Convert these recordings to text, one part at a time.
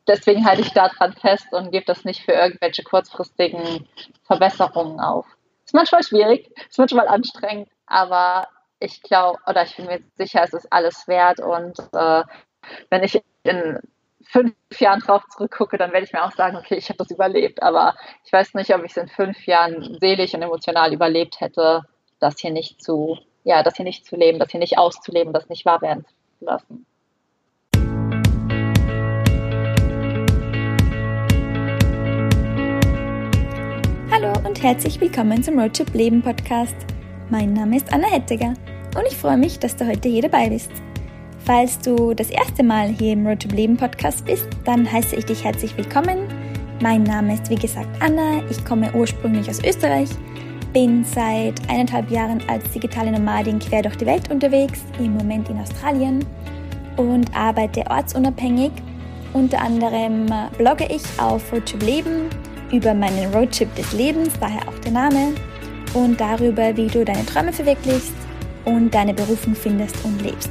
deswegen halte ich daran fest und gebe das nicht für irgendwelche kurzfristigen Verbesserungen auf. Ist manchmal schwierig, ist manchmal anstrengend, aber ich glaube, oder ich bin mir sicher, es ist alles wert. Und wenn ich in 5 Jahren drauf zurückgucke, dann werde ich mir auch sagen, okay, ich habe das überlebt. Aber ich weiß nicht, ob ich es in 5 Jahren seelisch und emotional überlebt hätte, das hier nicht zu leben, das hier nicht auszuleben, das nicht wahr werden zu lassen. Hallo und herzlich willkommen zum Roadtrip Leben Podcast. Mein Name ist Anna Hettiger und ich freue mich, dass du heute hier dabei bist. Falls du das erste Mal hier im Roadtrip Leben Podcast bist, dann heiße ich dich herzlich willkommen. Mein Name ist wie gesagt Anna, ich komme ursprünglich aus Österreich, bin seit 1,5 Jahren als digitale Nomadin quer durch die Welt unterwegs, im Moment in Australien und arbeite ortsunabhängig. Unter anderem blogge ich auf Roadtrip Leben über meinen Roadtrip des Lebens, daher auch der Name, und darüber, wie du deine Träume verwirklichst und deine Berufung findest und lebst.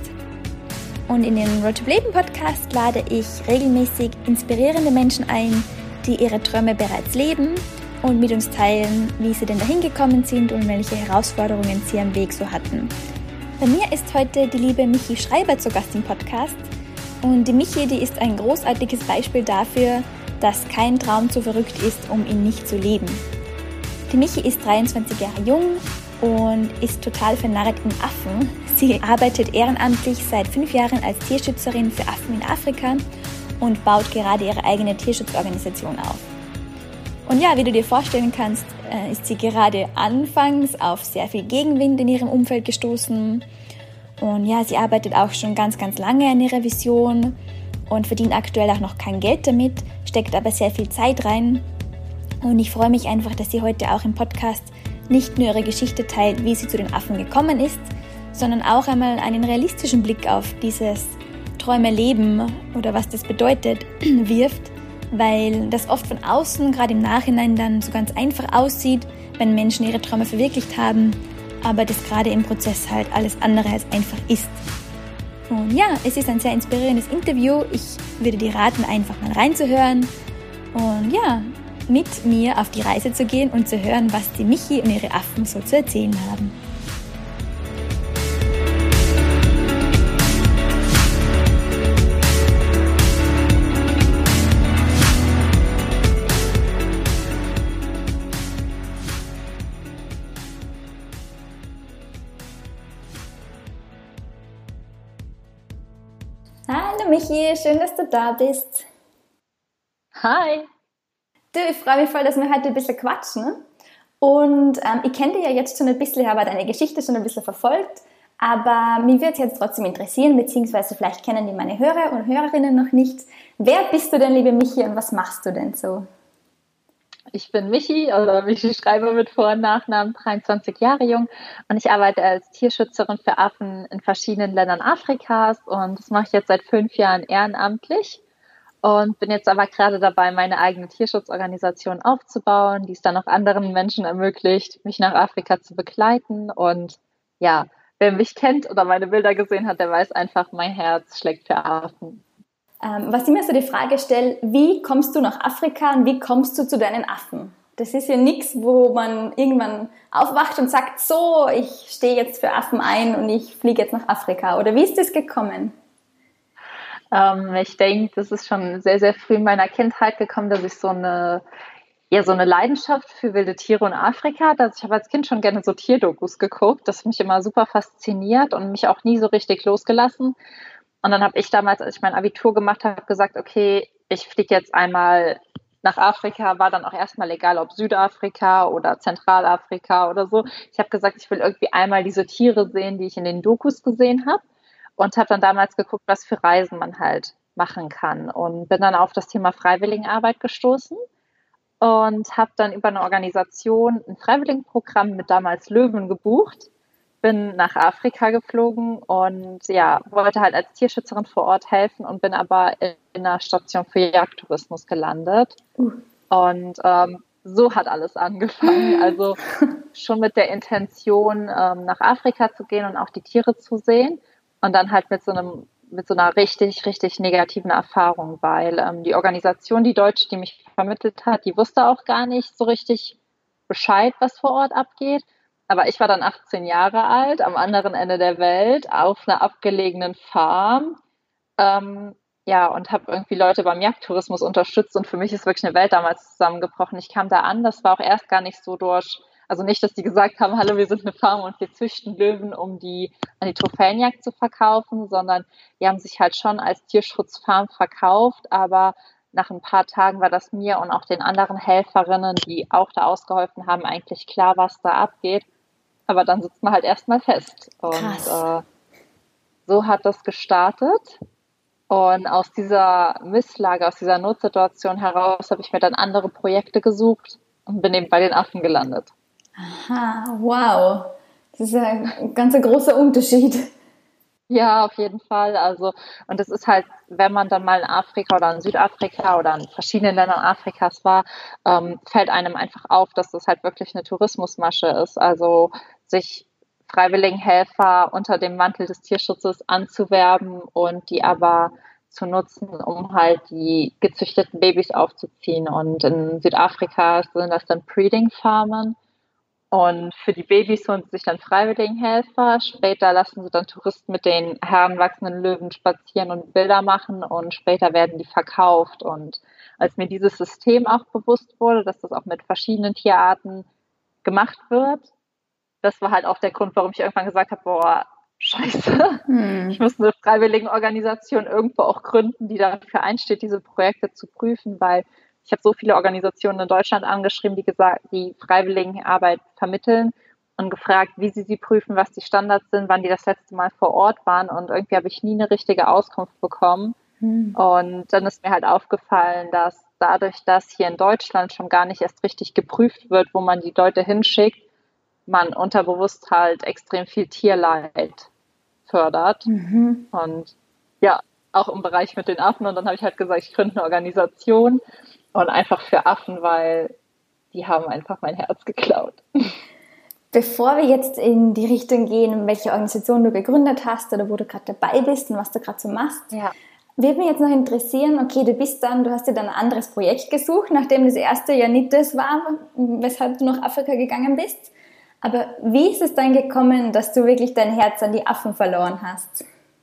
Und in den Roadtrip Leben Podcast lade ich regelmäßig inspirierende Menschen ein, die ihre Träume bereits leben und mit uns teilen, wie sie denn dahin gekommen sind und welche Herausforderungen sie am Weg so hatten. Bei mir ist heute die liebe Michi Schreiber zu Gast im Podcast. Und die Michi, die ist ein großartiges Beispiel dafür, dass kein Traum zu verrückt ist, um ihn nicht zu leben. Die Michi ist 23 Jahre jung und ist total vernarrt in Affen. Sie arbeitet ehrenamtlich seit 5 Jahren als Tierschützerin für Affen in Afrika und baut gerade ihre eigene Tierschutzorganisation auf. Und ja, wie du dir vorstellen kannst, ist sie gerade anfangs auf sehr viel Gegenwind in ihrem Umfeld gestoßen. Und ja, sie arbeitet auch schon ganz, ganz lange an ihrer Vision und verdient aktuell auch noch kein Geld damit, steckt aber sehr viel Zeit rein. Und ich freue mich einfach, dass sie heute auch im Podcast nicht nur ihre Geschichte teilt, wie sie zu den Affen gekommen ist, sondern auch einmal einen realistischen Blick auf dieses Träume-Leben oder was das bedeutet, wirft, weil das oft von außen, gerade im Nachhinein, dann so ganz einfach aussieht, wenn Menschen ihre Träume verwirklicht haben, aber das gerade im Prozess halt alles andere als einfach ist. Und ja, es ist ein sehr inspirierendes Interview. Ich würde dir raten, einfach mal reinzuhören und ja, mit mir auf die Reise zu gehen und zu hören, was die Michi und ihre Affen so zu erzählen haben. Hallo Michi, schön, dass du da bist. Hi! Du, ich freue mich voll, dass wir heute ein bisschen quatschen. Und ich kenne dich ja jetzt schon ein bisschen, habe deine Geschichte schon ein bisschen verfolgt. Aber mich würde es jetzt trotzdem interessieren, beziehungsweise vielleicht kennen die meine Hörer und Hörerinnen noch nicht. Wer bist du denn, liebe Michi, und was machst du denn so? Ich bin Michi, oder Michi Schreiber mit Vor- und Nachnamen, 23 Jahre jung, und ich arbeite als Tierschützerin für Affen in verschiedenen Ländern Afrikas, und das mache ich jetzt seit 5 Jahren ehrenamtlich und bin jetzt aber gerade dabei, meine eigene Tierschutzorganisation aufzubauen, die es dann auch anderen Menschen ermöglicht, mich nach Afrika zu begleiten. Und ja, wer mich kennt oder meine Bilder gesehen hat, der weiß einfach, mein Herz schlägt für Affen. Was ich mir so die Frage stelle, wie kommst du nach Afrika und wie kommst du zu deinen Affen? Das ist ja nichts, wo man irgendwann aufwacht und sagt, so, ich stehe jetzt für Affen ein und ich fliege jetzt nach Afrika. Oder wie ist das gekommen? Ich denke, das ist schon sehr, sehr früh in meiner Kindheit gekommen, dass ich so eine Leidenschaft für wilde Tiere in Afrika hatte. Also ich habe als Kind schon gerne so Tierdokus geguckt. Das hat mich immer super fasziniert und mich auch nie so richtig losgelassen. Und dann habe ich damals, als ich mein Abitur gemacht habe, gesagt, okay, ich fliege jetzt einmal nach Afrika, war dann auch erstmal egal, ob Südafrika oder Zentralafrika oder so. Ich habe gesagt, ich will irgendwie einmal diese Tiere sehen, die ich in den Dokus gesehen habe, und habe dann damals geguckt, was für Reisen man halt machen kann, und bin dann auf das Thema Freiwilligenarbeit gestoßen und habe dann über eine Organisation ein Freiwilligenprogramm mit damals Löwen gebucht, bin nach Afrika geflogen und ja, wollte halt als Tierschützerin vor Ort helfen und bin aber in einer Station für Jagdtourismus gelandet. Und so hat alles angefangen. Also schon mit der Intention, nach Afrika zu gehen und auch die Tiere zu sehen. Und dann halt mit so einem mit so einer richtig, richtig negativen Erfahrung, weil die Organisation, die Deutsche, die mich vermittelt hat, die wusste auch gar nicht so richtig Bescheid, was vor Ort abgeht. Aber ich war dann 18 Jahre alt, am anderen Ende der Welt, auf einer abgelegenen Farm. Ähm, ja, und habe irgendwie Leute beim Jagdtourismus unterstützt und für mich ist wirklich eine Welt damals zusammengebrochen. Ich kam da an, das war auch erst gar nicht so durch, also nicht, dass die gesagt haben, hallo, wir sind eine Farm und wir züchten Löwen, um die an die Trophäenjagd zu verkaufen, sondern die haben sich halt schon als Tierschutzfarm verkauft, aber nach ein paar Tagen war das mir und auch den anderen Helferinnen, die auch da ausgeholfen haben, eigentlich klar, was da abgeht. Aber dann sitzt man halt erstmal fest. Und Krass. so hat das gestartet. Und aus dieser Misslage, aus dieser Notsituation heraus habe ich mir dann andere Projekte gesucht und bin eben bei den Affen gelandet. Aha, wow. Das ist ein ganz großer Unterschied. Ja, auf jeden Fall. Also, und es ist halt, wenn man dann mal in Afrika oder in Südafrika oder in verschiedenen Ländern Afrikas war, fällt einem einfach auf, dass das halt wirklich eine Tourismusmasche ist. Also sich Freiwilligenhelfer unter dem Mantel des Tierschutzes anzuwerben und die aber zu nutzen, um halt die gezüchteten Babys aufzuziehen. Und in Südafrika sind das dann Breeding-Farmen. Und für die Babys holen sie sich dann Freiwilligenhelfer. Später lassen sie dann Touristen mit den heranwachsenden Löwen spazieren und Bilder machen und später werden die verkauft. Und als mir dieses System auch bewusst wurde, dass das auch mit verschiedenen Tierarten gemacht wird, das war halt auch der Grund, warum ich irgendwann gesagt habe, boah, scheiße, ich muss eine Freiwilligenorganisation irgendwo auch gründen, die dafür einsteht, diese Projekte zu prüfen, weil ich habe so viele Organisationen in Deutschland angeschrieben, die Freiwilligenarbeit vermitteln und gefragt, wie sie prüfen, was die Standards sind, wann die das letzte Mal vor Ort waren und irgendwie habe ich nie eine richtige Auskunft bekommen. Und dann ist mir halt aufgefallen, dass dadurch, dass hier in Deutschland schon gar nicht erst richtig geprüft wird, wo man die Leute hinschickt, man unterbewusst halt extrem viel Tierleid fördert. Und ja, auch im Bereich mit den Affen. Und dann habe ich halt gesagt, ich gründe eine Organisation und einfach für Affen, weil die haben einfach mein Herz geklaut. Bevor wir jetzt in die Richtung gehen, welche Organisation du gegründet hast oder wo du gerade dabei bist und was du gerade so machst, würde mich jetzt noch interessieren, okay, du hast dir dann ein anderes Projekt gesucht, nachdem das erste ja nicht das war, weshalb du nach Afrika gegangen bist. Aber wie ist es dann gekommen, dass du wirklich dein Herz an die Affen verloren hast?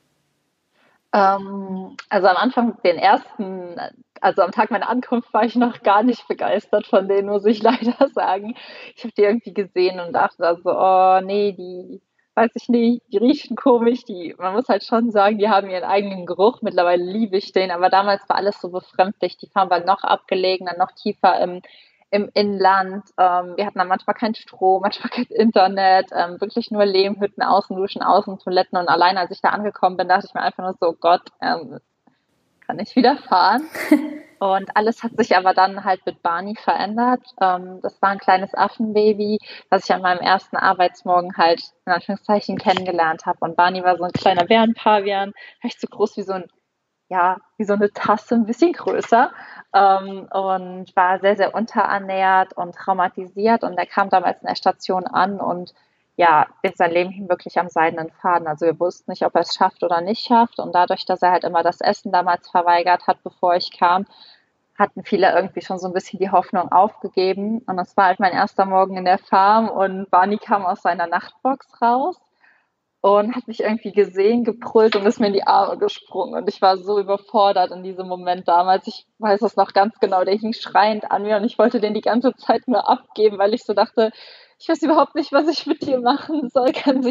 Also am Anfang, also am Tag meiner Ankunft war ich noch gar nicht begeistert von denen, muss ich leider sagen. Ich habe die irgendwie gesehen und dachte also, oh nee, die, weiß ich nicht, die riechen komisch, man muss halt schon sagen, die haben ihren eigenen Geruch. Mittlerweile liebe ich den, aber damals war alles so befremdlich. Die Farm war noch abgelegener, noch tiefer im Inland. Wir hatten dann manchmal kein Strom, manchmal kein Internet, wirklich nur Lehmhütten, Außenduschen, Außentoiletten. Und allein als ich da angekommen bin, dachte ich mir einfach nur so, oh Gott, kann ich wieder fahren? Und alles hat sich aber dann halt mit Barney verändert. Das war ein kleines Affenbaby, was ich an meinem ersten Arbeitsmorgen halt in Anführungszeichen kennengelernt habe. Und Barney war so ein kleiner Bärenpavian, recht so groß wie so eine Tasse, ein bisschen größer, und war sehr, sehr unterernährt und traumatisiert. Und er kam damals in der Station an und ja, ist sein Leben hing wirklich am seidenen Faden. Also wir wussten nicht, ob er es schafft oder nicht schafft. Und dadurch, dass er halt immer das Essen damals verweigert hat, bevor ich kam, hatten viele irgendwie schon so ein bisschen die Hoffnung aufgegeben. Und das war halt mein erster Morgen in der Farm und Barney kam aus seiner Nachtbox raus und hat mich irgendwie gesehen, gebrüllt und ist mir in die Arme gesprungen. Und ich war so überfordert in diesem Moment damals. Ich weiß das noch ganz genau. Der hing schreiend an mir und ich wollte den die ganze Zeit nur abgeben, weil ich so dachte, ich weiß überhaupt nicht, was ich mit dir machen soll.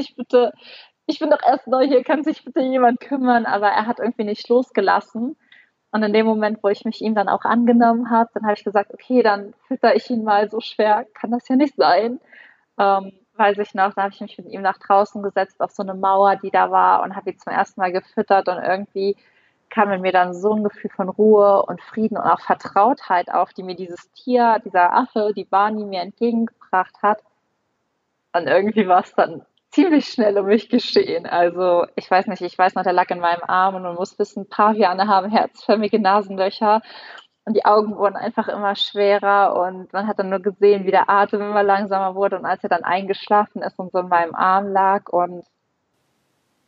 Ich bin doch erst neu hier, kann sich bitte jemand kümmern? Aber er hat irgendwie nicht losgelassen. Und in dem Moment, wo ich mich ihm dann auch angenommen habe, dann habe ich gesagt, okay, dann fütter ich ihn mal, so schwer kann das ja nicht sein. Weiß ich noch, da habe ich mich mit ihm nach draußen gesetzt auf so eine Mauer, die da war und habe ihn zum ersten Mal gefüttert und irgendwie kam in mir dann so ein Gefühl von Ruhe und Frieden und auch Vertrautheit auf, die mir dieses Tier, dieser Affe, die Barney mir entgegengebracht hat. Und irgendwie war es dann ziemlich schnell um mich geschehen. Also ich weiß nicht, ich weiß noch, der lag in meinem Arm und man muss wissen, Paviane haben herzförmige Nasenlöcher und die Augen wurden einfach immer schwerer und man hat dann nur gesehen, wie der Atem immer langsamer wurde und als er dann eingeschlafen ist und so in meinem Arm lag und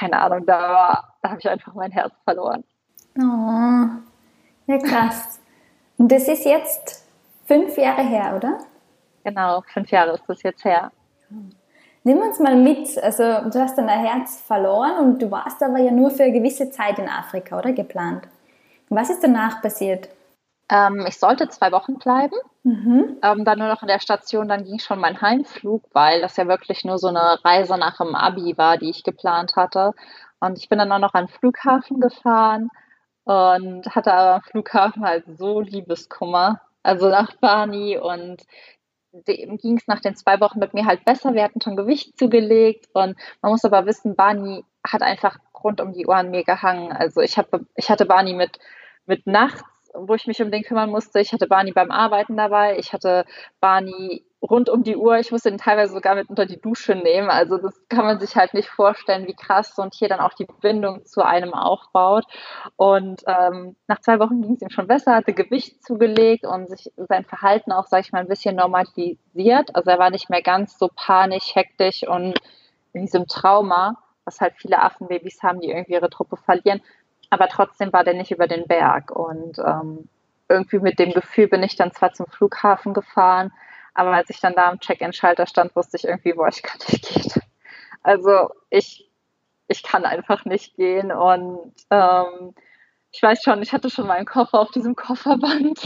keine Ahnung, da habe ich einfach mein Herz verloren. Oh, ja krass. Und das ist jetzt 5 Jahre her, oder? Genau, 5 Jahre ist das jetzt her. Nimm uns mal mit, also du hast dann dein Herz verloren und du warst aber ja nur für eine gewisse Zeit in Afrika, oder geplant? Was ist danach passiert? Ich sollte 2 Wochen bleiben, dann nur noch in der Station, dann ging schon mein Heimflug, weil das ja wirklich nur so eine Reise nach dem Abi war, die ich geplant hatte. Und ich bin dann auch noch an den Flughafen gefahren und hatte aber am Flughafen halt so Liebeskummer, also nach Bani, und dem ging es nach den 2 Wochen mit mir halt besser. Wir hatten schon Gewicht zugelegt und man muss aber wissen, Bani hat einfach rund um die Uhr an mir gehangen. Also ich hatte Bani mit nachts, wo ich mich um den kümmern musste. Ich hatte Barney beim Arbeiten dabei. Ich hatte Barney rund um die Uhr. Ich musste ihn teilweise sogar mit unter die Dusche nehmen. Also das kann man sich halt nicht vorstellen, wie krass so ein Tier dann auch die Bindung zu einem aufbaut. Und nach 2 Wochen ging es ihm schon besser, hatte Gewicht zugelegt und sich sein Verhalten auch, sage ich mal, ein bisschen normalisiert. Also er war nicht mehr ganz so panisch, hektisch und in diesem Trauma, was halt viele Affenbabys haben, die irgendwie ihre Truppe verlieren. Aber trotzdem war der nicht über den Berg. Und irgendwie mit dem Gefühl bin ich dann zwar zum Flughafen gefahren, aber als ich dann da am Check-in-Schalter stand, wusste ich irgendwie, boah, ich kann nicht gehen. Also ich kann einfach nicht gehen. Und ich weiß schon, ich hatte schon meinen Koffer auf diesem Kofferband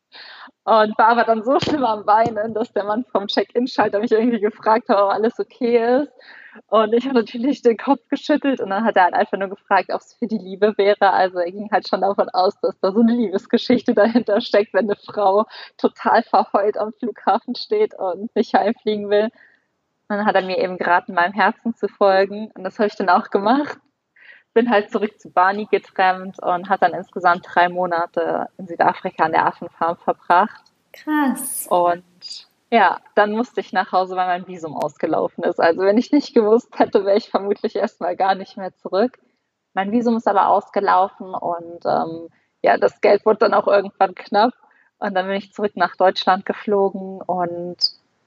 und war aber dann so schlimm am Weinen, dass der Mann vom Check-in-Schalter mich irgendwie gefragt hat, ob alles okay ist. Und ich habe natürlich den Kopf geschüttelt und dann hat er halt einfach nur gefragt, ob es für die Liebe wäre. Also er ging halt schon davon aus, dass da so eine Liebesgeschichte dahinter steckt, wenn eine Frau total verheult am Flughafen steht und nicht heimfliegen will. Und dann hat er mir eben geraten, meinem Herzen zu folgen. Und das habe ich dann auch gemacht. Bin halt zurück zu Bani getrennt und hat dann insgesamt 3 Monate in Südafrika an der Affenfarm verbracht. Krass. Und ja, dann musste ich nach Hause, weil mein Visum ausgelaufen ist. Also wenn ich nicht gewusst hätte, wäre ich vermutlich erstmal gar nicht mehr zurück. Mein Visum ist aber ausgelaufen und ja, das Geld wurde dann auch irgendwann knapp. Und dann bin ich zurück nach Deutschland geflogen und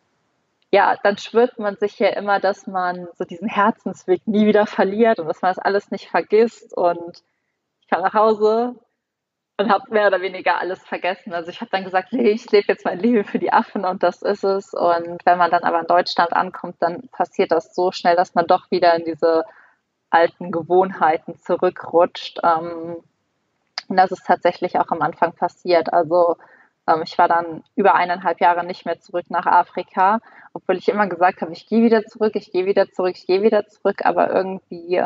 ja, dann schwört man sich ja immer, dass man so diesen Herzensweg nie wieder verliert und dass man das alles nicht vergisst. Und ich kam nach Hause und habe mehr oder weniger alles vergessen. Also ich habe dann gesagt, nee, ich lebe jetzt mein Leben für die Affen und das ist es. Und wenn man dann aber in Deutschland ankommt, dann passiert das so schnell, dass man doch wieder in diese alten Gewohnheiten zurückrutscht. Und das ist tatsächlich auch am Anfang passiert. Also ich war dann über 1,5 Jahre nicht mehr zurück nach Afrika, obwohl ich immer gesagt habe, ich gehe wieder zurück, ich gehe wieder zurück, ich gehe wieder zurück. Aber irgendwie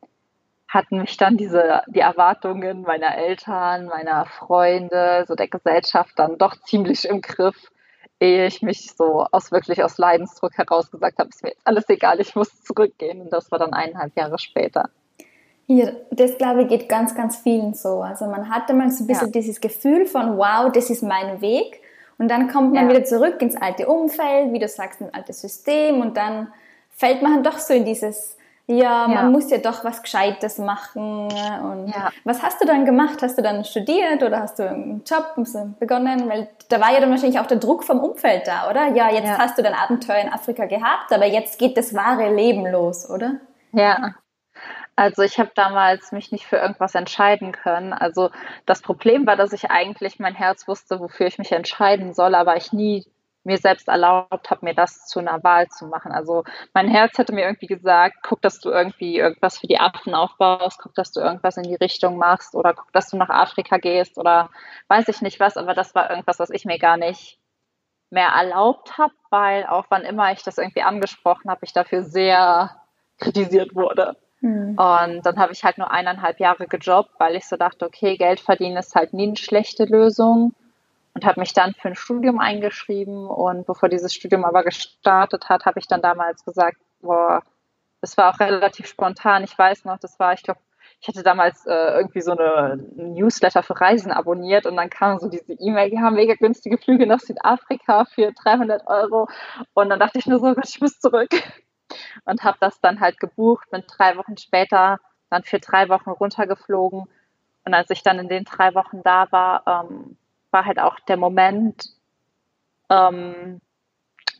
hatten mich dann die Erwartungen meiner Eltern, meiner Freunde, so der Gesellschaft dann doch ziemlich im Griff, ehe ich mich so wirklich aus Leidensdruck heraus gesagt habe, ist mir jetzt alles egal, ich muss zurückgehen. Und das war dann 1,5 Jahre später. Ja, das glaube ich geht ganz, ganz vielen so. Also man hat einmal so ein bisschen dieses Gefühl von, wow, das ist mein Weg. Und dann kommt man wieder zurück ins alte Umfeld, wie du sagst, ins alte System. Und dann fällt man doch so in dieses, man muss ja doch was Gescheites machen. Und was hast du dann gemacht? Hast du dann studiert oder hast du einen Job begonnen? Weil da war ja dann wahrscheinlich auch der Druck vom Umfeld da, oder? Ja, jetzt hast du dein Abenteuer in Afrika gehabt, aber jetzt geht das wahre Leben los, oder? Ja. Also ich habe damals mich nicht für irgendwas entscheiden können. Also das Problem war, dass ich eigentlich mein Herz wusste, wofür ich mich entscheiden soll, aber ich nie mir selbst erlaubt habe, mir das zu einer Wahl zu machen. Also mein Herz hätte mir irgendwie gesagt, guck, dass du irgendwie irgendwas für die Affen aufbaust, guck, dass du irgendwas in die Richtung machst oder guck, dass du nach Afrika gehst oder weiß ich nicht was, aber das war irgendwas, was ich mir gar nicht mehr erlaubt habe, weil auch wann immer ich das irgendwie angesprochen habe, ich dafür sehr kritisiert wurde. Und dann habe ich halt nur 1,5 Jahre gejobbt, weil ich so dachte, okay, Geld verdienen ist halt nie eine schlechte Lösung und habe mich dann für ein Studium eingeschrieben. Und bevor dieses Studium aber gestartet hat, habe ich dann damals gesagt, boah, das war auch relativ spontan. Ich weiß noch, ich glaube, ich hatte damals irgendwie so eine Newsletter für Reisen abonniert und dann kam so diese E-Mail, wir haben mega günstige Flüge nach Südafrika für 300 Euro. Und dann dachte ich nur so, Gott, ich muss zurück. Und habe das dann halt gebucht, bin 3 Wochen später dann für 3 Wochen runtergeflogen. Und als ich dann in den 3 Wochen da war, war halt auch der Moment, wo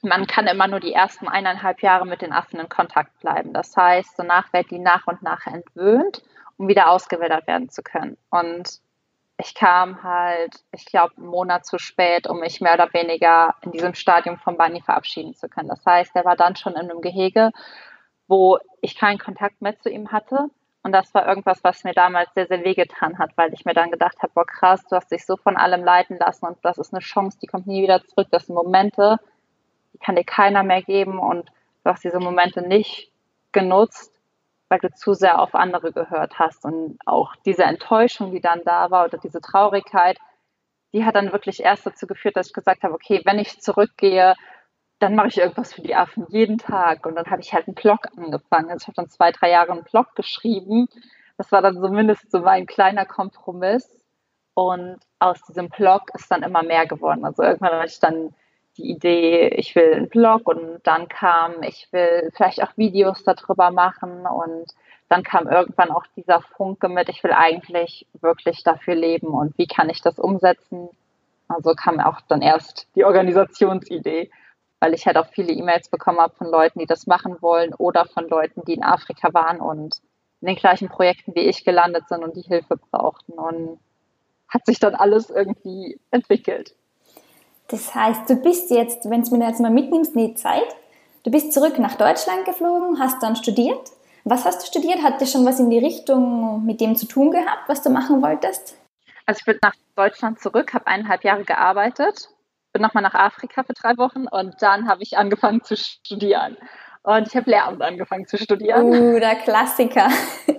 man kann immer nur die ersten 1,5 Jahre mit den Affen in Kontakt bleiben. Das heißt, danach werden die nach und nach entwöhnt, um wieder ausgewildert werden zu können. Und ich kam halt, ich glaube, einen Monat zu spät, um mich mehr oder weniger in diesem Stadium vom Bunny verabschieden zu können. Das heißt, er war dann schon in einem Gehege, wo ich keinen Kontakt mehr zu ihm hatte. Und das war irgendwas, was mir damals sehr, sehr wehgetan hat, weil ich mir dann gedacht habe, boah krass, du hast dich so von allem leiten lassen und das ist eine Chance, die kommt nie wieder zurück. Das sind Momente, die kann dir keiner mehr geben und du hast diese Momente nicht genutzt, weil du zu sehr auf andere gehört hast. Und auch diese Enttäuschung, die dann da war oder diese Traurigkeit, die hat dann wirklich erst dazu geführt, dass ich gesagt habe, okay, wenn ich zurückgehe, dann mache ich irgendwas für die Affen jeden Tag. Und dann habe ich halt einen Blog angefangen. Also ich habe dann 2, 3 Jahre einen Blog geschrieben. Das war dann zumindest so mein kleiner Kompromiss. Und aus diesem Blog ist dann immer mehr geworden. Also irgendwann hatte ich dann die Idee, ich will einen Blog und dann kam, ich will vielleicht auch Videos darüber machen und dann kam irgendwann auch dieser Funke mit, ich will eigentlich wirklich dafür leben und wie kann ich das umsetzen? Also kam auch dann erst die Organisationsidee, weil ich halt auch viele E-Mails bekommen habe von Leuten, die das machen wollen oder von Leuten, die in Afrika waren und in den gleichen Projekten wie ich gelandet sind und die Hilfe brauchten und hat sich dann alles irgendwie entwickelt. Das heißt, du bist jetzt, wenn du mir jetzt mal mitnimmst in die Zeit, du bist zurück nach Deutschland geflogen, hast dann studiert. Was hast du studiert? Hat das schon was in die Richtung mit dem zu tun gehabt, was du machen wolltest? Also ich bin nach Deutschland zurück, habe 1,5 Jahre gearbeitet, bin nochmal nach Afrika für 3 Wochen und dann habe ich angefangen zu studieren. Und ich habe Lehramt angefangen zu studieren. Der Klassiker.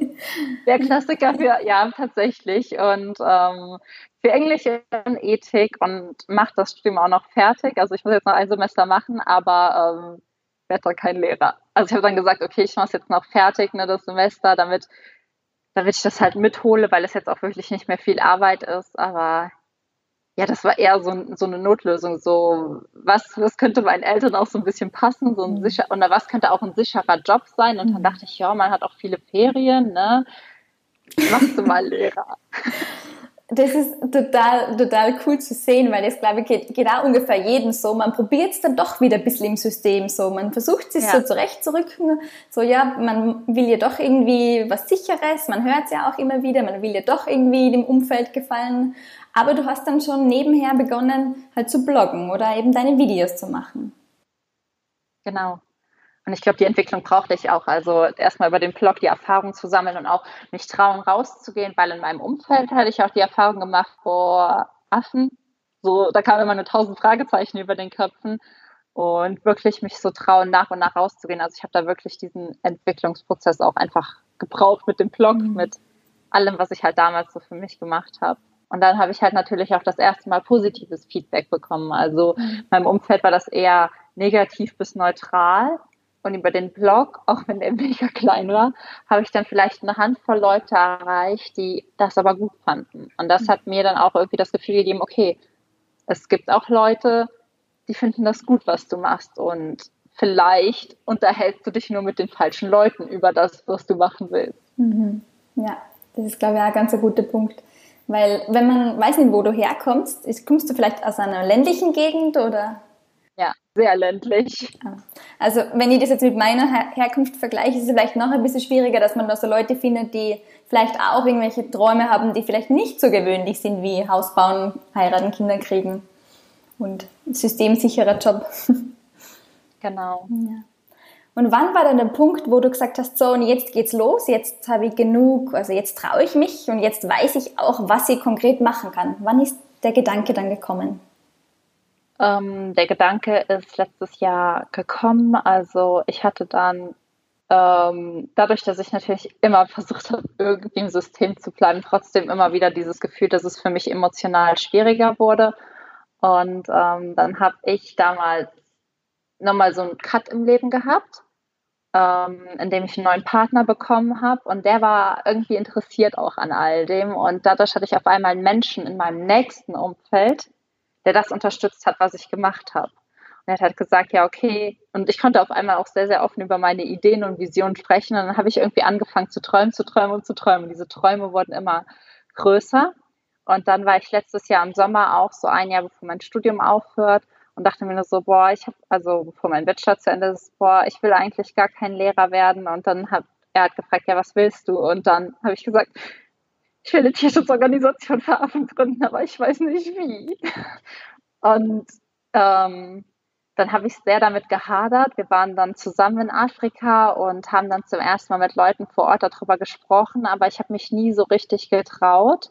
Der Klassiker für, ja, tatsächlich. Und für Englisch und Ethik und mache das Studium auch noch fertig. Also ich muss jetzt noch ein Semester machen, aber werde dann kein Lehrer. Also ich habe dann gesagt, okay, ich mache es jetzt noch fertig, ne, das Semester, damit ich das halt mithole, weil es jetzt auch wirklich nicht mehr viel Arbeit ist. Aber ja, das war eher so eine Notlösung. So, was könnte meinen Eltern auch so ein bisschen passen, so ein sicher, oder was könnte auch ein sicherer Job sein? Und dann dachte ich, ja, man hat auch viele Ferien, ne? Machst du mal Lehrer. Das ist total cool zu sehen, weil das, glaube ich, geht auch ungefähr jedem so. Man probiert es dann doch wieder ein bisschen im System so. Man versucht sich so zurechtzurücken. So, ja, man will ja doch irgendwie was Sicheres. Man hört es ja auch immer wieder. Man will ja doch irgendwie dem Umfeld gefallen. Aber du hast dann schon nebenher begonnen, halt zu bloggen oder eben deine Videos zu machen. Genau. Und ich glaube, die Entwicklung brauchte ich auch. Also erstmal über den Blog die Erfahrung zu sammeln und auch mich trauen, rauszugehen, weil in meinem Umfeld hatte ich auch die Erfahrung gemacht, vor Affen, so, da kamen immer nur 1000 Fragezeichen über den Köpfen und wirklich mich so trauen, nach und nach rauszugehen. Also ich habe da wirklich diesen Entwicklungsprozess auch einfach gebraucht mit dem Blog, mit allem, was ich halt damals so für mich gemacht habe. Und dann habe ich halt natürlich auch das erste Mal positives Feedback bekommen. Also in meinem Umfeld war das eher negativ bis neutral. Und über den Blog, auch wenn der mega klein war, habe ich dann vielleicht eine Handvoll Leute erreicht, die das aber gut fanden. Und das hat mir dann auch irgendwie das Gefühl gegeben, okay, es gibt auch Leute, die finden das gut, was du machst. Und vielleicht unterhältst du dich nur mit den falschen Leuten über das, was du machen willst. Mhm. Ja, das ist, glaube ich, auch ein ganz guter Punkt. Weil, wenn man weiß nicht, wo du herkommst, kommst du vielleicht aus einer ländlichen Gegend oder? Ja, sehr ländlich. Also, wenn ich das jetzt mit meiner Herkunft vergleiche, ist es vielleicht noch ein bisschen schwieriger, dass man da so Leute findet, die vielleicht auch irgendwelche Träume haben, die vielleicht nicht so gewöhnlich sind, wie Haus bauen, heiraten, Kinder kriegen und systemsicherer Job. Genau. Ja. Und wann war dann der Punkt, wo du gesagt hast, so, und jetzt geht's los, jetzt habe ich genug, also jetzt traue ich mich und jetzt weiß ich auch, was ich konkret machen kann. Wann ist der Gedanke dann gekommen? Der Gedanke ist letztes Jahr gekommen. Also ich hatte dann, dadurch, dass ich natürlich immer versucht habe, irgendwie im System zu bleiben, trotzdem immer wieder dieses Gefühl, dass es für mich emotional schwieriger wurde. Und dann habe ich damals nochmal so einen Cut im Leben gehabt, in dem ich einen neuen Partner bekommen habe. Und der war irgendwie interessiert auch an all dem. Und dadurch hatte ich auf einmal einen Menschen in meinem nächsten Umfeld, der das unterstützt hat, was ich gemacht habe. Und er hat halt gesagt, ja, okay. Und ich konnte auf einmal auch sehr, sehr offen über meine Ideen und Visionen sprechen. Und dann habe ich irgendwie angefangen zu träumen. Und diese Träume wurden immer größer. Und dann war ich letztes Jahr im Sommer auch so ein Jahr, bevor mein Studium aufhört. und dachte mir nur so, boah, also bevor mein Bachelor zu Ende ist, boah, ich will eigentlich gar kein Lehrer werden. Und dann hat er gefragt, ja, was willst du? Und dann habe ich gesagt, ich will eine Tierschutzorganisation für Affen gründen, aber ich weiß nicht wie. Und dann habe ich sehr damit gehadert. Wir waren dann zusammen in Afrika und haben dann zum ersten Mal mit Leuten vor Ort darüber gesprochen, aber ich habe mich nie so richtig getraut,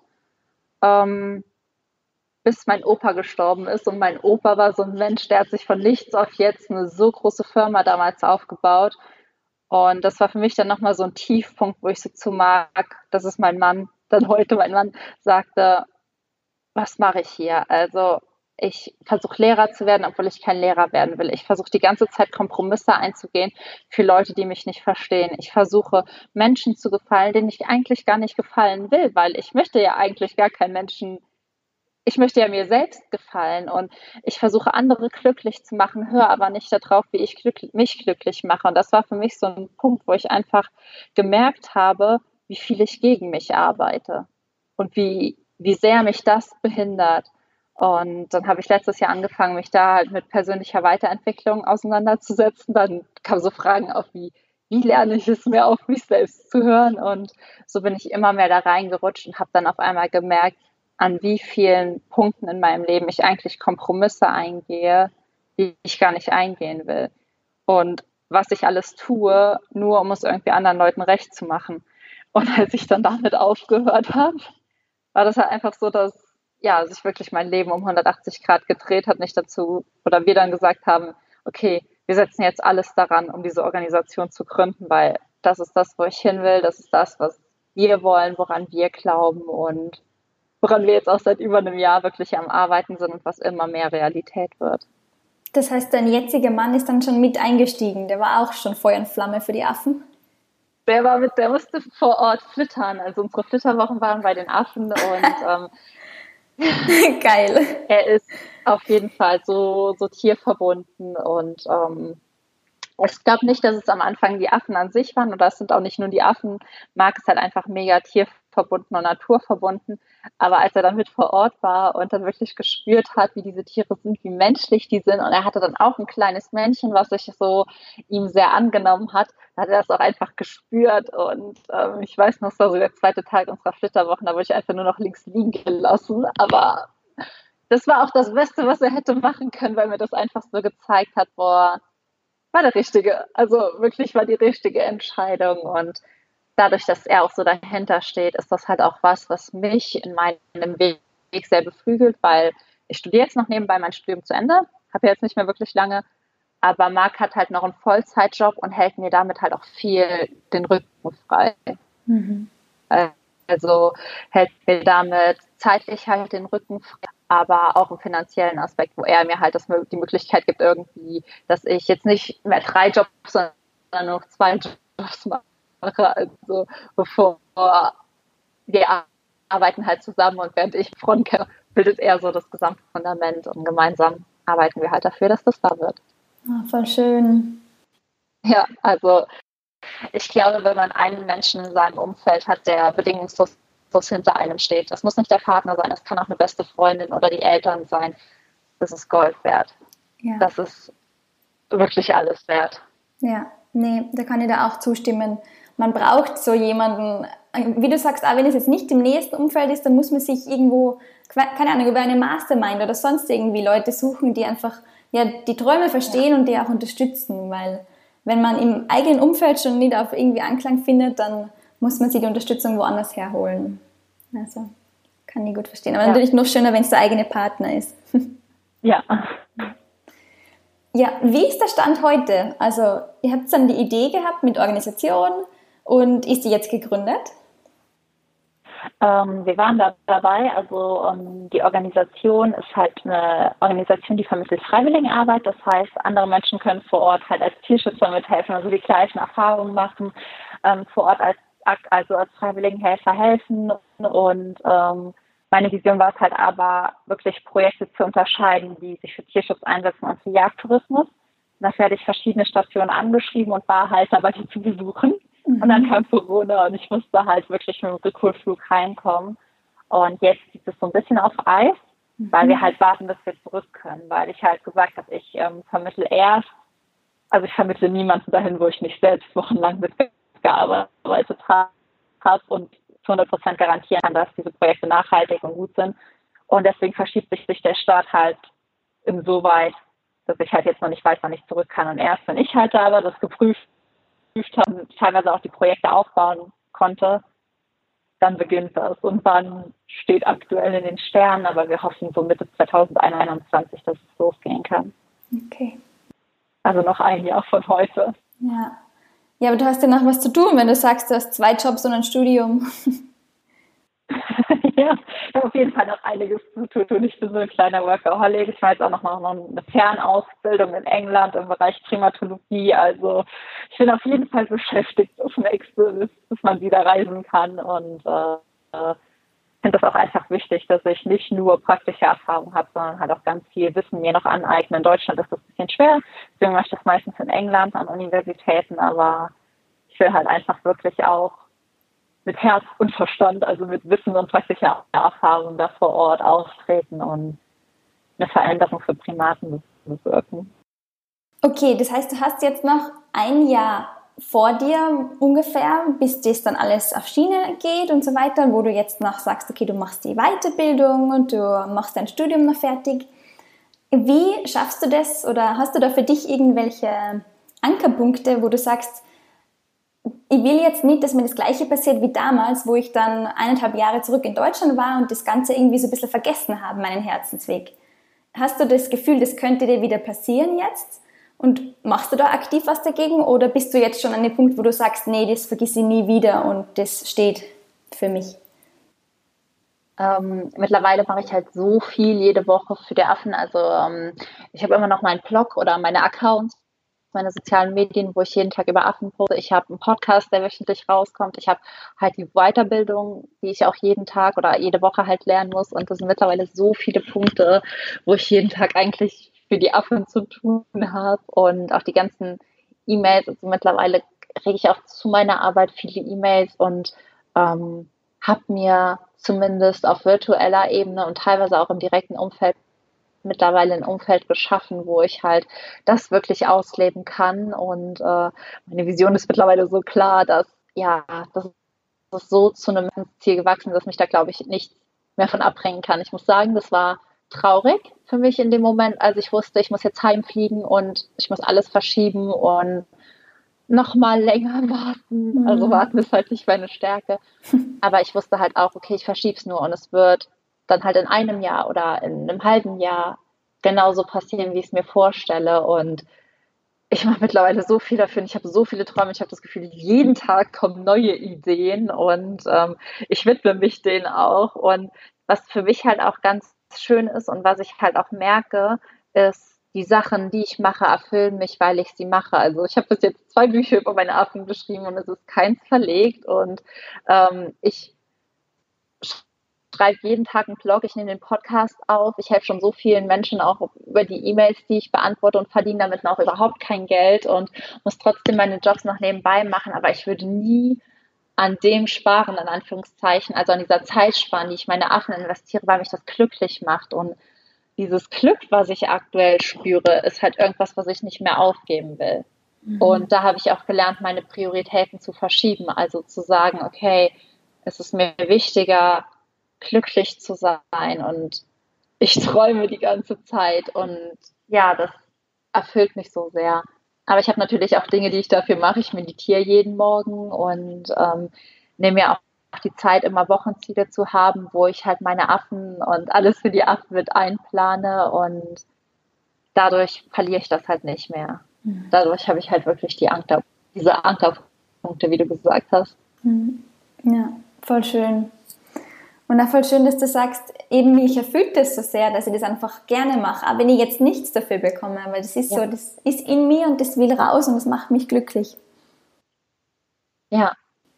bis mein Opa gestorben ist. Und mein Opa war so ein Mensch, der hat sich von nichts auf jetzt eine so große Firma damals aufgebaut. Und das war für mich dann nochmal so ein Tiefpunkt, wo ich so zu Marc, das ist mein Mann, dann heute mein Mann, sagte, was mache ich hier? Also ich versuche Lehrer zu werden, obwohl ich kein Lehrer werden will. Ich versuche die ganze Zeit Kompromisse einzugehen für Leute, die mich nicht verstehen. Ich versuche Menschen zu gefallen, denen ich eigentlich gar nicht gefallen will, weil ich möchte ja eigentlich gar keinen Menschen, ich möchte ja mir selbst gefallen und ich versuche andere glücklich zu machen, höre aber nicht darauf, wie ich mich glücklich mache. Und das war für mich so ein Punkt, wo ich einfach gemerkt habe, wie viel ich gegen mich arbeite und wie sehr mich das behindert. Und dann habe ich letztes Jahr angefangen, mich da halt mit persönlicher Weiterentwicklung auseinanderzusetzen. Dann kamen so Fragen auf wie lerne ich es mehr auf mich selbst zu hören? Und so bin ich immer mehr da reingerutscht und habe dann auf einmal gemerkt, an wie vielen Punkten in meinem Leben ich eigentlich Kompromisse eingehe, die ich gar nicht eingehen will. Und was ich alles tue, nur um es irgendwie anderen Leuten recht zu machen. Und als ich dann damit aufgehört habe, war das halt einfach so, dass sich wirklich mein Leben um 180 Grad gedreht hat, nicht dazu, oder wir dann gesagt haben, okay, wir setzen jetzt alles daran, um diese Organisation zu gründen, weil das ist das, wo ich hin will, das ist das, was wir wollen, woran wir glauben und woran wir jetzt auch seit über einem Jahr wirklich am Arbeiten sind und was immer mehr Realität wird. Das heißt, dein jetziger Mann ist dann schon mit eingestiegen, der war auch schon Feuer und Flamme für die Affen? Der musste vor Ort flittern, also unsere Flitterwochen waren bei den Affen und geil. Er ist auf jeden Fall so tierverbunden und ich glaube nicht, dass es am Anfang die Affen an sich waren oder es sind auch nicht nur die Affen. Marc ist halt einfach mega tierverbunden und naturverbunden. Aber als er dann mit vor Ort war und dann wirklich gespürt hat, wie diese Tiere sind, wie menschlich die sind und er hatte dann auch ein kleines Männchen, was sich so ihm sehr angenommen hat, da hat er das auch einfach gespürt und ich weiß noch, es war so der zweite Tag unserer Flitterwochen, da wurde ich einfach nur noch links liegen gelassen, aber das war auch das Beste, was er hätte machen können, weil mir das einfach so gezeigt hat, boah, war der richtige, also wirklich war die richtige Entscheidung und dadurch, dass er auch so dahinter steht, ist das halt auch was mich in meinem Weg sehr beflügelt, weil ich studiere jetzt noch nebenbei mein Studium zu Ende, habe jetzt nicht mehr wirklich lange, aber Marc hat halt noch einen Vollzeitjob und hält mir damit halt auch viel den Rücken frei. Mhm. Also hält mir damit zeitlich halt den Rücken frei, aber auch im finanziellen Aspekt, wo er mir halt die Möglichkeit gibt irgendwie, dass ich jetzt nicht mehr 3 Jobs, sondern nur noch 2 Jobs mache. Also bevor wir arbeiten halt zusammen und während ich Front kenne, bildet er so das gesamte Fundament und gemeinsam arbeiten wir halt dafür, dass das da wird. Oh, voll schön. Ja, also ich glaube, wenn man einen Menschen in seinem Umfeld hat, der bedingungslos hinter einem steht, das muss nicht der Partner sein, das kann auch eine beste Freundin oder die Eltern sein, das ist Gold wert. Ja. Das ist wirklich alles wert. Ja, nee, da kann ich da auch zustimmen. Man braucht so jemanden, wie du sagst, auch wenn es jetzt nicht im nächsten Umfeld ist, dann muss man sich irgendwo, keine Ahnung, über eine Mastermind oder sonst irgendwie Leute suchen, die einfach die Träume verstehen und die auch unterstützen, weil wenn man im eigenen Umfeld schon nicht auf irgendwie Anklang findet, dann muss man sich die Unterstützung woanders herholen. Also, kann ich gut verstehen. Aber natürlich noch schöner, wenn es der eigene Partner ist. Ja. Ja, wie ist der Stand heute? Also, ihr habt dann die Idee gehabt mit Organisation und ist die jetzt gegründet? Wir waren da dabei, also die Organisation ist halt eine Organisation, die vermittelt Freiwilligenarbeit. Das heißt, andere Menschen können vor Ort halt als Tierschützer mithelfen, also die gleichen Erfahrungen machen, vor Ort als Freiwilligenhelfer helfen. Und meine Vision war es halt aber, wirklich Projekte zu unterscheiden, die sich für Tierschutz einsetzen und für Jagdtourismus. Dafür hatte ich verschiedene Stationen angeschrieben und war halt dabei, die zu besuchen. Und dann kam Corona und ich musste halt wirklich mit dem Rückholflug heimkommen. Und jetzt liegt es so ein bisschen auf Eis. weil wir halt warten, bis wir zurück können, weil ich halt gesagt habe, ich vermittle niemanden dahin, wo ich nicht selbst wochenlang mitgearbeitet habe und zu 100% garantieren kann, dass diese Projekte nachhaltig und gut sind. Und deswegen verschiebt sich der Start halt insoweit, dass ich halt jetzt noch nicht weiß, wann ich zurück kann. Und erst wenn ich halt da war, das geprüft habe, teilweise auch die Projekte aufbauen konnte, dann beginnt das. Und wann steht aktuell in den Sternen, aber wir hoffen so Mitte 2021, dass es losgehen kann. Okay. Also noch ein Jahr von heute. Ja. Ja, aber du hast ja noch was zu tun, wenn du sagst, du hast 2 Jobs und ein Studium. Ja, ich habe auf jeden Fall noch einiges zu tun. Ich bin so ein kleiner Workaholic. Ich mache jetzt auch noch eine Fernausbildung in England im Bereich Primatologie. Also ich bin auf jeden Fall beschäftigt auf nächste, bis man wieder reisen kann. Und finde das auch einfach wichtig, dass ich nicht nur praktische Erfahrung habe, sondern halt auch ganz viel Wissen mir noch aneignen. In Deutschland ist das ein bisschen schwer. Deswegen mache ich das meistens in England an Universitäten. Aber ich will halt einfach wirklich auch mit Herz und Verstand, also mit Wissen und praktischer Erfahrung da vor Ort auftreten und eine Veränderung für Primaten bewirken. Okay, das heißt, du hast jetzt noch ein Jahr vor dir ungefähr, bis das dann alles auf Schiene geht und so weiter, wo du jetzt noch sagst, okay, du machst die Weiterbildung und du machst dein Studium noch fertig. Wie schaffst du das oder hast du da für dich irgendwelche Ankerpunkte, wo du sagst, ich will jetzt nicht, dass mir das Gleiche passiert wie damals, wo ich dann 1,5 Jahre zurück in Deutschland war und das Ganze irgendwie so ein bisschen vergessen habe, meinen Herzensweg. Hast du das Gefühl, das könnte dir wieder passieren jetzt? Und machst du da aktiv was dagegen? Oder bist du jetzt schon an dem Punkt, wo du sagst, nee, das vergiss ich nie wieder und das steht für mich? Mittlerweile mache ich halt so viel jede Woche für die Affen. Also ich habe immer noch meinen Blog oder meine Accounts, meine sozialen Medien, wo ich jeden Tag über Affen poste. Ich habe einen Podcast, der wöchentlich rauskommt. Ich habe halt die Weiterbildung, die ich auch jeden Tag oder jede Woche halt lernen muss. Und das sind mittlerweile so viele Punkte, wo ich jeden Tag eigentlich für die Affen zu tun habe. Und auch die ganzen E-Mails. Also mittlerweile kriege ich auch zu meiner Arbeit viele E-Mails und habe mir zumindest auf virtueller Ebene und teilweise auch im direkten Umfeld mittlerweile ein Umfeld geschaffen, wo ich halt das wirklich ausleben kann. Und meine Vision ist mittlerweile so klar, dass das ist so zu einem Ziel gewachsen, dass mich da, glaube ich, nichts mehr von abbringen kann. Ich muss sagen, das war traurig für mich in dem Moment, als ich wusste, ich muss jetzt heimfliegen und ich muss alles verschieben und noch mal länger warten. Also warten ist halt nicht meine Stärke. Aber ich wusste halt auch, okay, ich verschiebe es nur und es wird dann halt in einem Jahr oder in einem halben Jahr genauso passieren, wie ich es mir vorstelle. Und ich mache mittlerweile so viel dafür. Und ich habe so viele Träume. Ich habe das Gefühl, jeden Tag kommen neue Ideen und ich widme mich denen auch. Und was für mich halt auch ganz schön ist und was ich halt auch merke, ist, die Sachen, die ich mache, erfüllen mich, weil ich sie mache. Also ich habe bis jetzt 2 Bücher über meine Affen geschrieben und es ist keins verlegt. Und ich schreibe jeden Tag einen Blog, ich nehme den Podcast auf. Ich helfe schon so vielen Menschen auch über die E-Mails, die ich beantworte und verdiene damit noch überhaupt kein Geld und muss trotzdem meine Jobs noch nebenbei machen. Aber ich würde nie an dem sparen, in Anführungszeichen, also an dieser Zeit sparen, die ich meine Affen investiere, weil mich das glücklich macht. Und dieses Glück, was ich aktuell spüre, ist halt irgendwas, was ich nicht mehr aufgeben will. Und da habe ich auch gelernt, meine Prioritäten zu verschieben. Also zu sagen, okay, es ist mir wichtiger, glücklich zu sein und ich träume die ganze Zeit und ja, das erfüllt mich so sehr. Aber ich habe natürlich auch Dinge, die ich dafür mache. Ich meditiere jeden Morgen und nehme mir auch die Zeit, immer Wochenziele zu haben, wo ich halt meine Affen und alles für die Affen mit einplane und dadurch verliere ich das halt nicht mehr. Dadurch habe ich halt wirklich diese Ankerpunkte, wie du gesagt hast. Ja, voll schön. Und auch voll schön, dass du sagst, eben mich erfüllt das so sehr, dass ich das einfach gerne mache, auch wenn ich jetzt nichts dafür bekomme, weil das ist so, das ist in mir und das will raus und das macht mich glücklich. Ja.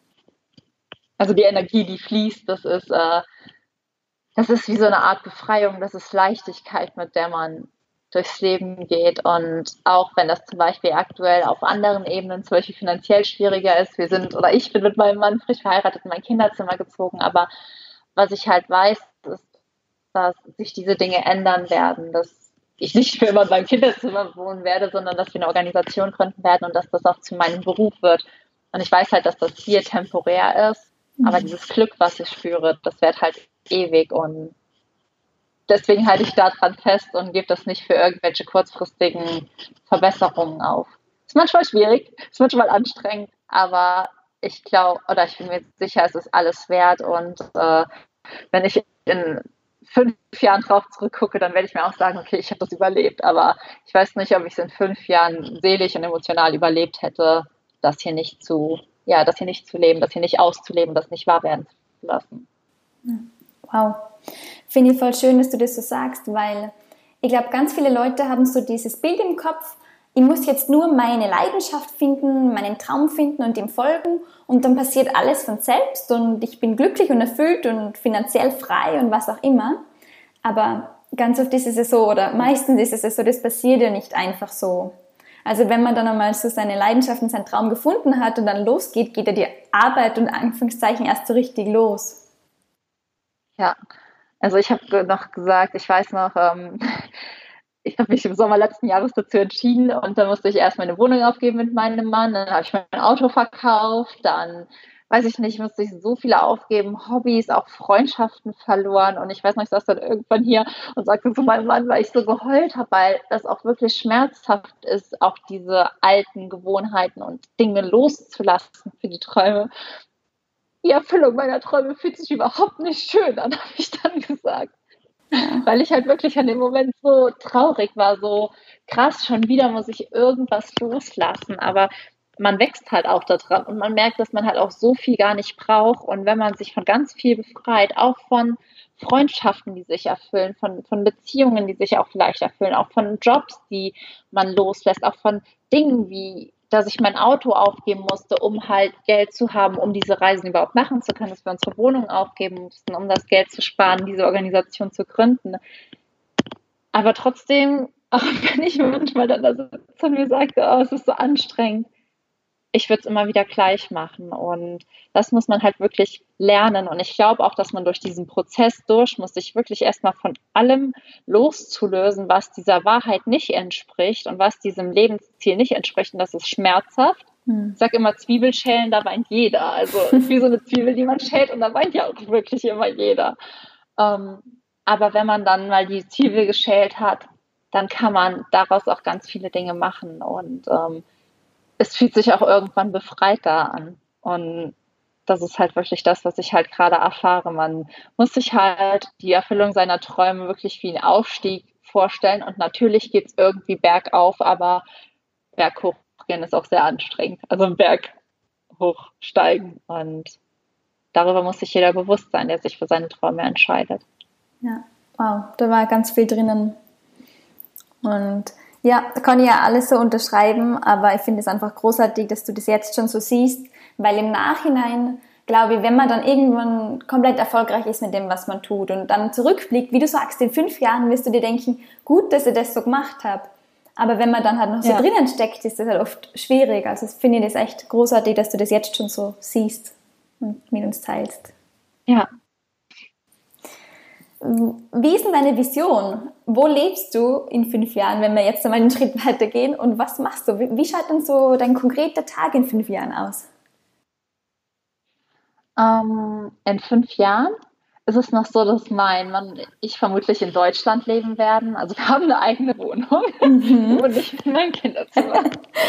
Also die Energie, die fließt, das ist wie so eine Art Befreiung, das ist Leichtigkeit, mit der man durchs Leben geht. Und auch wenn das zum Beispiel aktuell auf anderen Ebenen zum Beispiel finanziell schwieriger ist, ich bin mit meinem Mann frisch verheiratet in mein Kinderzimmer gezogen, aber was ich halt weiß, ist, dass sich diese Dinge ändern werden, dass ich nicht für immer in meinem Kinderzimmer wohnen werde, sondern dass wir eine Organisation gründen werden und dass das auch zu meinem Beruf wird. Und ich weiß halt, dass das hier temporär ist, aber dieses Glück, was ich spüre, das wird halt ewig und deswegen halte ich daran fest und gebe das nicht für irgendwelche kurzfristigen Verbesserungen auf. Ist manchmal schwierig, ist manchmal anstrengend, aber ich glaube, oder ich bin mir sicher, es ist alles wert und wenn ich in 5 Jahren drauf zurückgucke, dann werde ich mir auch sagen, okay, ich habe das überlebt, aber ich weiß nicht, ob ich es in 5 Jahren seelisch und emotional überlebt hätte, das hier nicht zu leben, das hier nicht auszuleben, das nicht wahr werden zu lassen. Wow. Finde ich voll schön, dass du das so sagst, weil ich glaube, ganz viele Leute haben so dieses Bild im Kopf, ich muss jetzt nur meine Leidenschaft finden, meinen Traum finden und ihm folgen und dann passiert alles von selbst und ich bin glücklich und erfüllt und finanziell frei und was auch immer. Aber ganz oft ist es so, oder meistens ist es so, das passiert ja nicht einfach so. Also wenn man dann einmal so seine Leidenschaft und seinen Traum gefunden hat und dann losgeht, geht ja die Arbeit und Anführungszeichen erst so richtig los. Ja, also ich habe noch gesagt, ich weiß noch, ich habe mich im Sommer letzten Jahres dazu entschieden und dann musste ich erst meine Wohnung aufgeben mit meinem Mann, dann habe ich mein Auto verkauft, dann, weiß ich nicht, musste ich so viele aufgeben, Hobbys, auch Freundschaften verloren und ich weiß noch, ich saß dann irgendwann hier und sagte zu meinem Mann, weil ich so geheult habe, weil das auch wirklich schmerzhaft ist, auch diese alten Gewohnheiten und Dinge loszulassen für die Träume. Die Erfüllung meiner Träume fühlt sich überhaupt nicht schön an, habe ich dann gesagt. Weil ich halt wirklich an dem Moment so traurig war, so krass, schon wieder muss ich irgendwas loslassen, aber man wächst halt auch daran und man merkt, dass man halt auch so viel gar nicht braucht und wenn man sich von ganz viel befreit, auch von Freundschaften, die sich erfüllen, von Beziehungen, die sich auch vielleicht erfüllen, auch von Jobs, die man loslässt, auch von Dingen wie dass ich mein Auto aufgeben musste, um halt Geld zu haben, um diese Reisen überhaupt machen zu können, dass wir unsere Wohnung aufgeben mussten, um das Geld zu sparen, diese Organisation zu gründen. Aber trotzdem, auch wenn ich manchmal dann da sitze und mir sage, oh, es ist so anstrengend, ich würde es immer wieder gleich machen. Und das muss man halt wirklich lernen. Und ich glaube auch, dass man durch diesen Prozess durch muss, sich wirklich erstmal von allem loszulösen, was dieser Wahrheit nicht entspricht und was diesem Lebensziel nicht entspricht. Und das ist schmerzhaft. Ich sage immer, Zwiebelschälen, da weint jeder. Also wie so eine Zwiebel, die man schält und da weint ja auch wirklich immer jeder. Aber wenn man dann mal die Zwiebel geschält hat, dann kann man daraus auch ganz viele Dinge machen. Und es fühlt sich auch irgendwann befreiter an. Und das ist halt wirklich das, was ich halt gerade erfahre. Man muss sich halt die Erfüllung seiner Träume wirklich wie einen Aufstieg vorstellen. Und natürlich geht es irgendwie bergauf, aber berghoch gehen ist auch sehr anstrengend. Also einen Berg hochsteigen. Und darüber muss sich jeder bewusst sein, der sich für seine Träume entscheidet. Ja, wow, da war ganz viel drinnen. Und ja, da kann ich ja alles so unterschreiben, aber ich finde es einfach großartig, dass du das jetzt schon so siehst, weil im Nachhinein, glaube ich, wenn man dann irgendwann komplett erfolgreich ist mit dem, was man tut und dann zurückblickt, wie du sagst, in 5 Jahren wirst du dir denken, gut, dass ich das so gemacht habe. Aber wenn man dann halt noch so drinnen steckt, ist das halt oft schwierig. Also ich finde das echt großartig, dass du das jetzt schon so siehst und mit uns teilst. Ja. Wie ist denn deine Vision? Wo lebst du in 5 Jahren, wenn wir jetzt einmal einen Schritt weitergehen? Und was machst du? Wie schaut denn so dein konkreter Tag in 5 Jahren aus? In 5 Jahren ist es noch so, dass ich vermutlich in Deutschland leben werden. Also wir haben eine eigene Wohnung und nicht in meinem Kinderzimmer.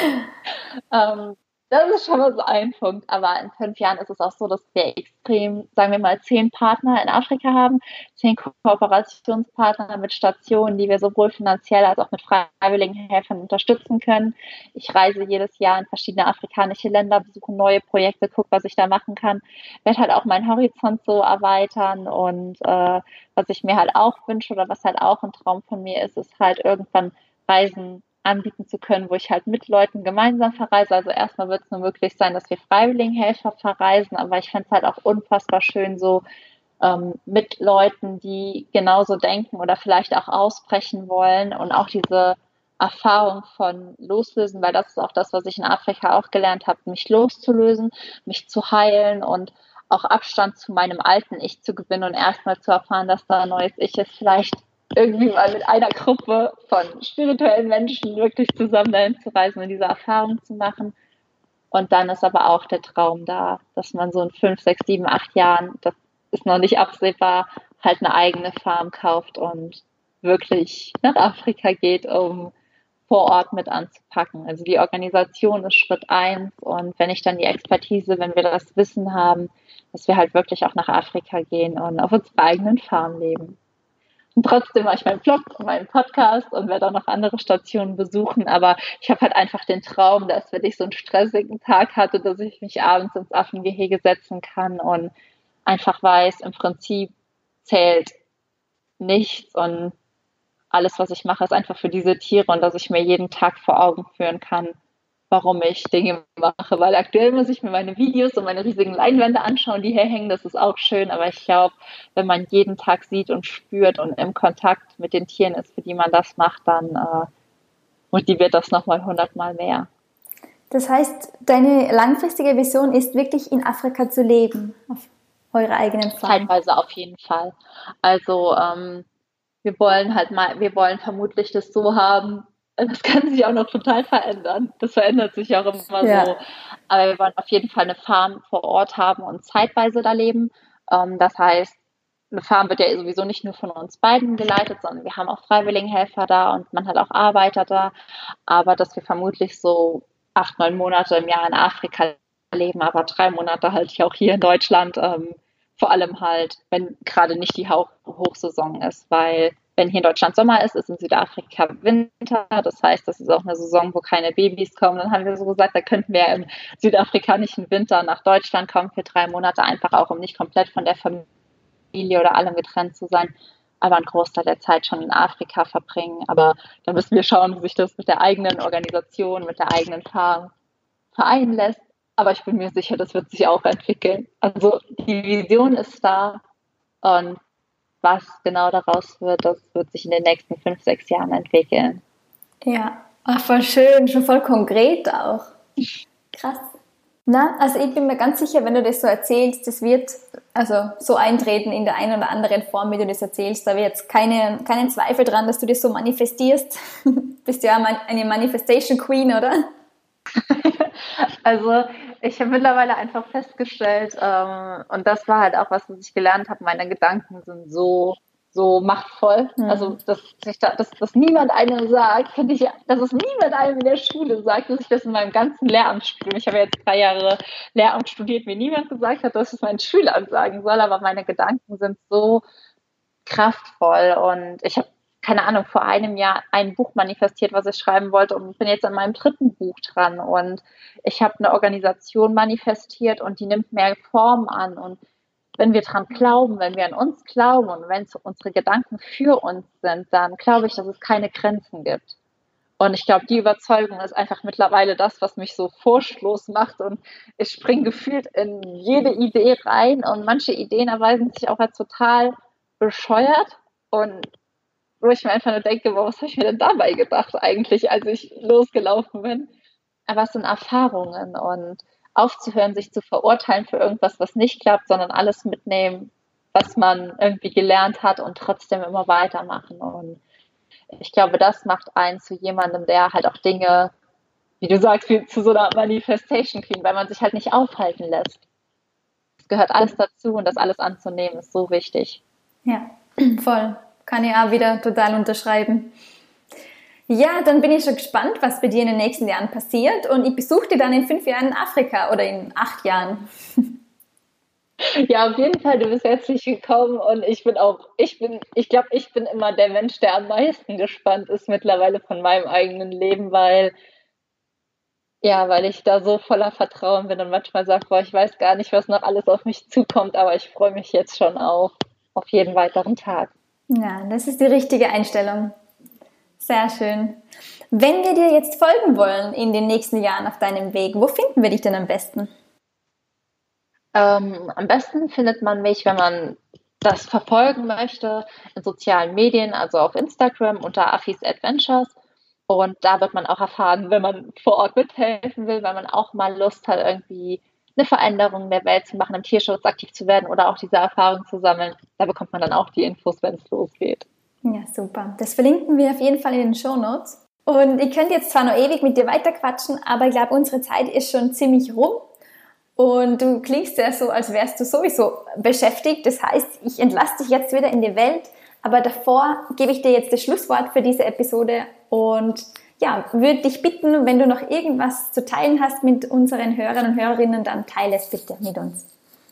Das ist schon mal so ein Punkt, aber in 5 Jahren ist es auch so, dass wir extrem, sagen wir mal, 10 Partner in Afrika haben, 10 Kooperationspartner mit Stationen, die wir sowohl finanziell als auch mit freiwilligen Helfern unterstützen können. Ich reise jedes Jahr in verschiedene afrikanische Länder, besuche neue Projekte, gucke, was ich da machen kann, werde halt auch meinen Horizont so erweitern und was ich mir halt auch wünsche oder was halt auch ein Traum von mir ist halt irgendwann Reisen anbieten zu können, wo ich halt mit Leuten gemeinsam verreise. Also erstmal wird es nur möglich sein, dass wir Freiwilligenhelfer verreisen, aber ich fände es halt auch unfassbar schön, so mit Leuten, die genauso denken oder vielleicht auch ausbrechen wollen und auch diese Erfahrung von loslösen, weil das ist auch das, was ich in Afrika auch gelernt habe, mich loszulösen, mich zu heilen und auch Abstand zu meinem alten Ich zu gewinnen und erstmal zu erfahren, dass da ein neues Ich ist, vielleicht irgendwie mal mit einer Gruppe von spirituellen Menschen wirklich zusammen dahin zu reisen und diese Erfahrung zu machen. Und dann ist aber auch der Traum da, dass man so in 5, 6, 7, 8 Jahren, das ist noch nicht absehbar, halt eine eigene Farm kauft und wirklich nach Afrika geht, um vor Ort mit anzupacken. Also die Organisation ist Schritt eins und wenn ich dann die Expertise, wenn wir das Wissen haben, dass wir halt wirklich auch nach Afrika gehen und auf unserer eigenen Farm leben. Und trotzdem mache ich meinen Blog und meinen Podcast und werde auch noch andere Stationen besuchen. Aber ich habe halt einfach den Traum, dass wenn ich so einen stressigen Tag hatte, dass ich mich abends ins Affengehege setzen kann und einfach weiß, im Prinzip zählt nichts und alles, was ich mache, ist einfach für diese Tiere und dass ich mir jeden Tag vor Augen führen kann, warum ich Dinge mache. Weil aktuell muss ich mir meine Videos und meine riesigen Leinwände anschauen, die hier hängen. Das ist auch schön, aber ich glaube, wenn man jeden Tag sieht und spürt und im Kontakt mit den Tieren ist, für die man das macht, dann motiviert das nochmal 100-mal mehr. Das heißt, deine langfristige Vision ist wirklich in Afrika zu leben, auf eurer eigenen Farm? Zeitweise auf jeden Fall. Also wir wollen vermutlich das so haben, das kann sich auch noch total verändern. Das verändert sich auch immer so. Aber wir wollen auf jeden Fall eine Farm vor Ort haben und zeitweise da leben. Das heißt, eine Farm wird ja sowieso nicht nur von uns beiden geleitet, sondern wir haben auch Freiwilligenhelfer da und man hat auch Arbeiter da. Aber dass wir vermutlich so 8, 9 Monate im Jahr in Afrika leben, aber 3 Monate halt auch hier in Deutschland. Vor allem halt, wenn gerade nicht die Hochsaison ist, weil wenn hier in Deutschland Sommer ist, ist in Südafrika Winter. Das heißt, das ist auch eine Saison, wo keine Babys kommen. Dann haben wir so gesagt, da könnten wir im südafrikanischen Winter nach Deutschland kommen für 3 Monate, einfach auch, um nicht komplett von der Familie oder allem getrennt zu sein, aber einen Großteil der Zeit schon in Afrika verbringen. Aber da müssen wir schauen, wie sich das mit der eigenen Organisation, mit der eigenen Farm vereinen lässt. Aber ich bin mir sicher, das wird sich auch entwickeln. Also die Vision ist da und was genau daraus wird, das wird sich in den nächsten 5, 6 Jahren entwickeln. Ja, voll schön, schon voll konkret auch. Krass. Na, also ich bin mir ganz sicher, wenn du das so erzählst, das wird also so eintreten in der einen oder anderen Form, wie du das erzählst. Da habe ich jetzt keinen Zweifel dran, dass du das so manifestierst. Bist ja eine Manifestation Queen, oder? Also ich habe mittlerweile einfach festgestellt, und das war halt auch was ich gelernt habe, meine Gedanken sind so machtvoll. Also dass niemand einem sagt, dass es niemand einem in der Schule sagt, dass ich das in meinem ganzen Lehramtsstudium, ich habe jetzt 3 Jahre Lehramt studiert, mir niemand gesagt hat, dass ich es meinen Schülern sagen soll, aber meine Gedanken sind so kraftvoll und ich habe keine Ahnung, vor einem Jahr ein Buch manifestiert, was ich schreiben wollte und bin jetzt an meinem 3. Buch dran und ich habe eine Organisation manifestiert und die nimmt mehr Form an und wenn wir dran glauben, wenn wir an uns glauben und wenn unsere Gedanken für uns sind, dann glaube ich, dass es keine Grenzen gibt. Und ich glaube, die Überzeugung ist einfach mittlerweile das, was mich so furchtlos macht und ich springe gefühlt in jede Idee rein und manche Ideen erweisen sich auch als total bescheuert und wo ich mir einfach nur denke, was habe ich mir denn dabei gedacht eigentlich, als ich losgelaufen bin. Aber es sind Erfahrungen und aufzuhören, sich zu verurteilen für irgendwas, was nicht klappt, sondern alles mitnehmen, was man irgendwie gelernt hat und trotzdem immer weitermachen. Und ich glaube, das macht einen zu jemandem, der halt auch Dinge, wie du sagst, wie zu so einer Manifestation Queen, weil man sich halt nicht aufhalten lässt. Es gehört alles dazu und das alles anzunehmen ist so wichtig. Ja, voll. Kann ich auch wieder total unterschreiben. Ja, dann bin ich schon gespannt, was bei dir in den nächsten Jahren passiert und ich besuche dich dann in 5 Jahren in Afrika oder in 8 Jahren. Ja, auf jeden Fall, du bist herzlich willkommen und ich glaube, ich bin immer der Mensch, der am meisten gespannt ist mittlerweile von meinem eigenen Leben, weil ich da so voller Vertrauen bin und manchmal sage, boah, ich weiß gar nicht, was noch alles auf mich zukommt, aber ich freue mich jetzt schon auf jeden weiteren Tag. Ja, das ist die richtige Einstellung. Sehr schön. Wenn wir dir jetzt folgen wollen in den nächsten Jahren auf deinem Weg, wo finden wir dich denn am besten? Am besten findet man mich, wenn man das verfolgen möchte, in sozialen Medien, also auf Instagram unter Affis Adventures. Und da wird man auch erfahren, wenn man vor Ort mithelfen will, wenn man auch mal Lust hat, irgendwie eine Veränderung in der Welt zu machen, im Tierschutz aktiv zu werden oder auch diese Erfahrung zu sammeln. Da bekommt man dann auch die Infos, wenn es losgeht. Ja, super. Das verlinken wir auf jeden Fall in den Shownotes. Und ich könnte jetzt zwar noch ewig mit dir weiterquatschen, aber ich glaube, unsere Zeit ist schon ziemlich rum. Und du klingst ja so, als wärst du sowieso beschäftigt. Das heißt, ich entlasse dich jetzt wieder in die Welt. Aber davor gebe ich dir jetzt das Schlusswort für diese Episode und ja, würde dich bitten, wenn du noch irgendwas zu teilen hast mit unseren Hörern und Hörerinnen, dann teile es bitte mit uns.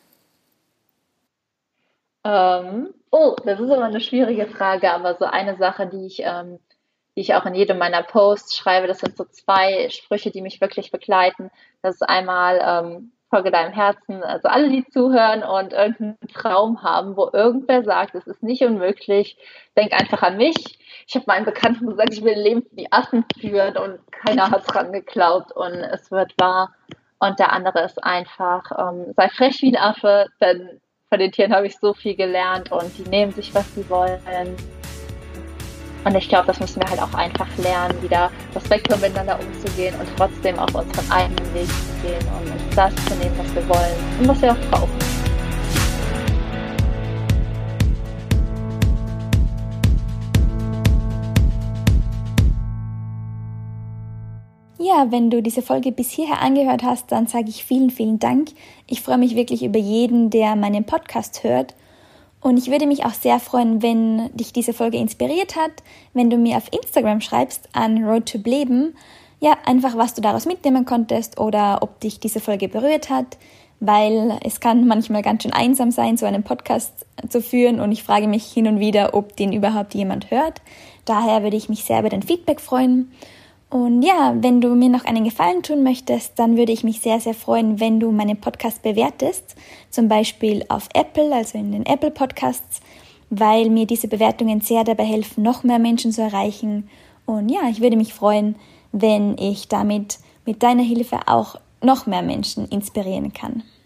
Das ist immer eine schwierige Frage, aber so eine Sache, die ich auch in jedem meiner Posts schreibe, das sind so 2 Sprüche, die mich wirklich begleiten. Das ist einmal, folge deinem Herzen, also alle, die zuhören und irgendeinen Traum haben, wo irgendwer sagt, es ist nicht unmöglich, denk einfach an mich. Ich habe meinen Bekannten gesagt, ich will Leben für die Affen führen und keiner hat dran geglaubt und es wird wahr. Und der andere ist einfach, sei frech wie ein Affe, denn von den Tieren habe ich so viel gelernt und die nehmen sich, was sie wollen. Und ich glaube, das müssen wir halt auch einfach lernen, wieder respektvoll miteinander umzugehen und trotzdem auf unseren eigenen Weg zu gehen und uns das zu nehmen, was wir wollen und was wir auch brauchen. Ja, wenn du diese Folge bis hierher angehört hast, dann sage ich vielen, vielen Dank. Ich freue mich wirklich über jeden, der meinen Podcast hört. Und ich würde mich auch sehr freuen, wenn dich diese Folge inspiriert hat, wenn du mir auf Instagram schreibst an roadtobleben, ja, einfach was du daraus mitnehmen konntest oder ob dich diese Folge berührt hat, weil es kann manchmal ganz schön einsam sein, so einen Podcast zu führen und ich frage mich hin und wieder, ob den überhaupt jemand hört. Daher würde ich mich sehr über dein Feedback freuen. Und ja, wenn du mir noch einen Gefallen tun möchtest, dann würde ich mich sehr, sehr freuen, wenn du meinen Podcast bewertest, zum Beispiel auf Apple, also in den Apple Podcasts, weil mir diese Bewertungen sehr dabei helfen, noch mehr Menschen zu erreichen. Und ja, ich würde mich freuen, wenn ich damit mit deiner Hilfe auch noch mehr Menschen inspirieren kann.